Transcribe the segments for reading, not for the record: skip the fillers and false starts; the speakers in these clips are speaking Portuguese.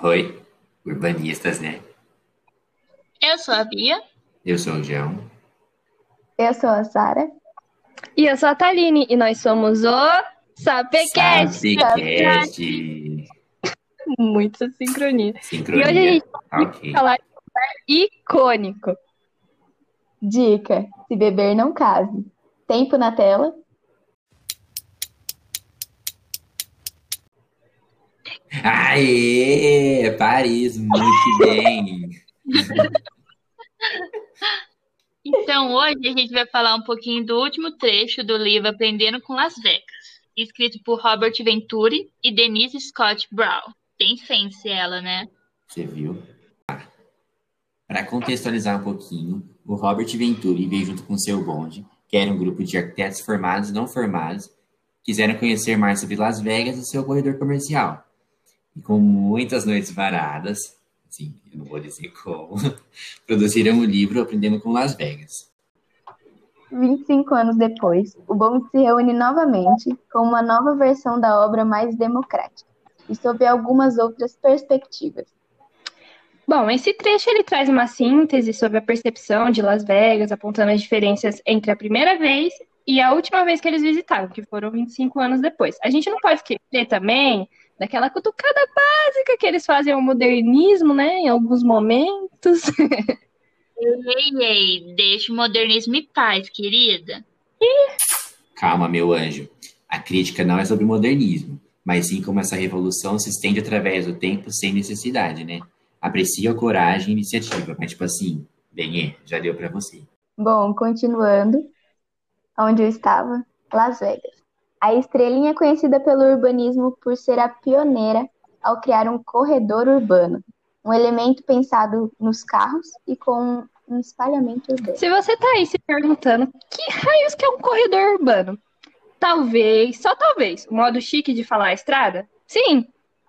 Oi, urbanistas, né? Eu sou a Bia. Eu sou o João. Eu sou a Sara. E eu sou a Thaline, e nós somos o Sapecast. Sapecast. Muita sincronia. E hoje a Sincronia. gente vai Ok. falar de um lugar icônico. Dica: se beber, não case. Tempo na tela. Aê! Paris, muito bem. Então, hoje a gente vai falar um pouquinho do último trecho do livro Aprendendo com Las Vegas, escrito por Robert Venturi e Denise Scott Brown. Tem fancy ela, né? Você viu? Para contextualizar um pouquinho, o Robert Venturi veio junto com seu bonde, que era um grupo de arquitetos formados e não formados, quiseram conhecer mais sobre Las Vegas e seu corredor comercial. E com muitas noites varadas, sim, eu não vou dizer como, produziram o livro Aprendendo com Las Vegas. 25 anos depois, o Bond se reúne novamente com uma nova versão da obra mais democrática e sob algumas outras perspectivas. Bom, esse trecho ele traz uma síntese sobre a percepção de Las Vegas, apontando as diferenças entre a primeira vez e a última vez que eles visitaram, que foram 25 anos depois. A gente não pode esquecer também daquela cutucada básica que eles fazem ao modernismo, né, em alguns momentos. Ei, deixa o modernismo em paz, querida. Calma, meu anjo. A crítica não é sobre o modernismo, mas sim como essa revolução se estende através do tempo sem necessidade, né? Aprecio a coragem e iniciativa, mas tipo assim, bem, já deu pra você. Bom, continuando, onde eu estava, Las Vegas. A estrelinha é conhecida pelo urbanismo por ser a pioneira ao criar um corredor urbano, um elemento pensado nos carros e com um espalhamento urbano. Se você tá aí se perguntando que raios que é um corredor urbano, talvez, só talvez, o modo chique de falar estrada? Sim,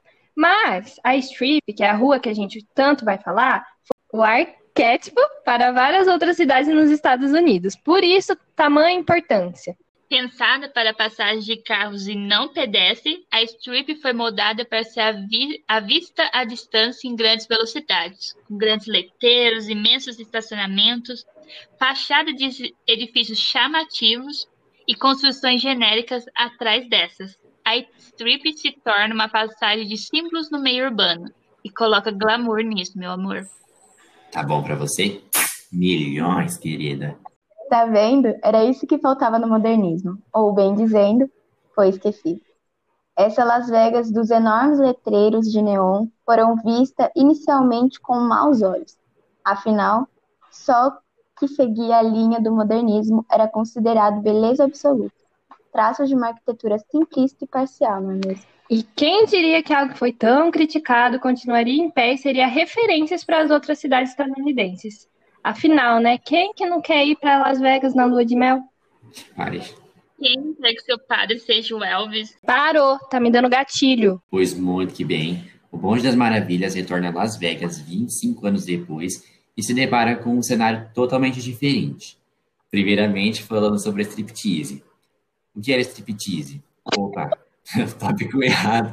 mas a Strip, que é a rua que a gente tanto vai falar, foi o arquétipo para várias outras cidades nos Estados Unidos. Por isso, tamanha importância. Pensada para passagem de carros e não pedestre, a Strip foi moldada para ser à vista à distância em grandes velocidades, com grandes letreiros, imensos estacionamentos, fachada de edifícios chamativos e construções genéricas atrás dessas. A Strip se torna uma passagem de símbolos no meio urbano e coloca glamour nisso, meu amor. Tá bom pra você? Milhões, querida. Tá vendo? Era isso que faltava no modernismo. Ou, bem dizendo, foi esquecido. Essa Las Vegas dos enormes letreiros de neon foram vistas inicialmente com maus olhos. Afinal, só que seguia a linha do modernismo era considerado beleza absoluta. Traços de uma arquitetura simplista e parcial, não é mesmo? E quem diria que algo que foi tão criticado continuaria em pé e seria referências para as outras cidades estadunidenses? Afinal, né? Quem que não quer ir para Las Vegas na lua de mel? Pare. Quem quer que seu padre seja o Elvis? Parou, tá me dando gatilho. Pois muito que bem. O Bonde das Maravilhas retorna a Las Vegas 25 anos depois e se depara com um cenário totalmente diferente. Primeiramente, falando sobre a striptease. O que era striptease? Opa, tópico errado.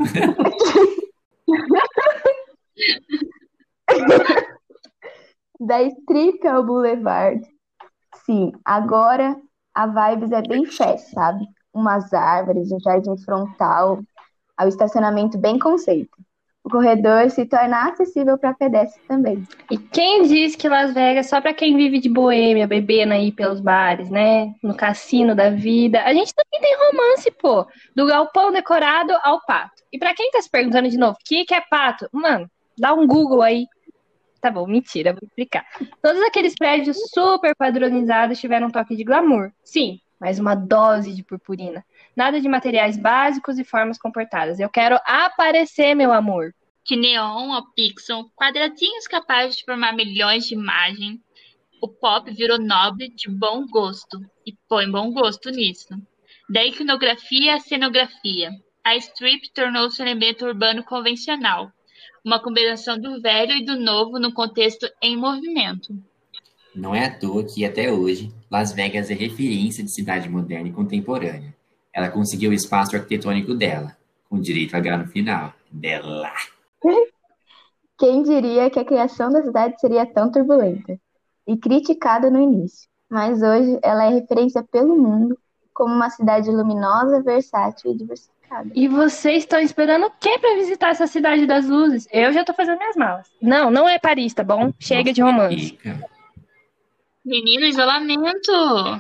Da Strip ao Boulevard. Sim, agora a vibes é bem festa, sabe? Umas árvores, um jardim frontal, ao estacionamento bem conceito. O corredor se torna acessível para pedestres também. E quem diz que Las Vegas é só para quem vive de boêmia, bebendo aí pelos bares, né? No cassino da vida. A gente também tem romance, pô. Do galpão decorado ao pato. E para quem tá se perguntando de novo, o que é pato? Mano, dá um Google aí. Tá bom, mentira, vou explicar. Todos aqueles prédios super padronizados tiveram um toque de glamour. Sim, mas uma dose de purpurina. Nada de materiais básicos e formas comportadas. Eu quero aparecer, meu amor. De neon ao pixel, quadradinhos capazes de formar milhões de imagens, o pop virou nobre de bom gosto. E põe bom gosto nisso. Da iconografia à cenografia, a strip tornou-se um elemento urbano convencional, uma combinação do velho e do novo num contexto em movimento. Não é à toa que, até hoje, Las Vegas é referência de cidade moderna e contemporânea. Ela conseguiu o espaço arquitetônico dela, com direito a H no final. Dela. Quem diria que a criação da cidade seria tão turbulenta e criticada no início, mas hoje ela é referência pelo mundo como uma cidade luminosa, versátil e diversificada. E vocês estão esperando o quê para visitar essa cidade das luzes? Eu já tô fazendo minhas malas. Não, não é Paris, tá bom? Chega de romance. Menino, isolamento.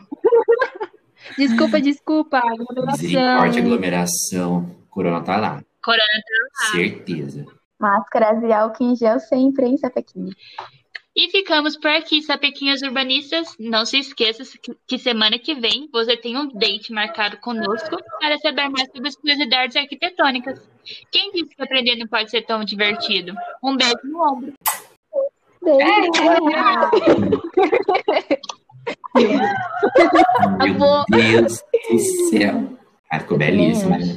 Desculpa. Misericórdia, aglomeração. Corona tá lá. Corona tá lá. Certeza. Máscaras e álcool em gel sempre em Sapequinha. E ficamos por aqui, sapequinhas urbanistas. Não se esqueça que semana que vem você tem um date marcado conosco para saber mais sobre as curiosidades arquitetônicas. Quem disse que aprender não pode ser tão divertido? Um beijo no ombro. Meu Deus do céu. Ficou belíssimo, né?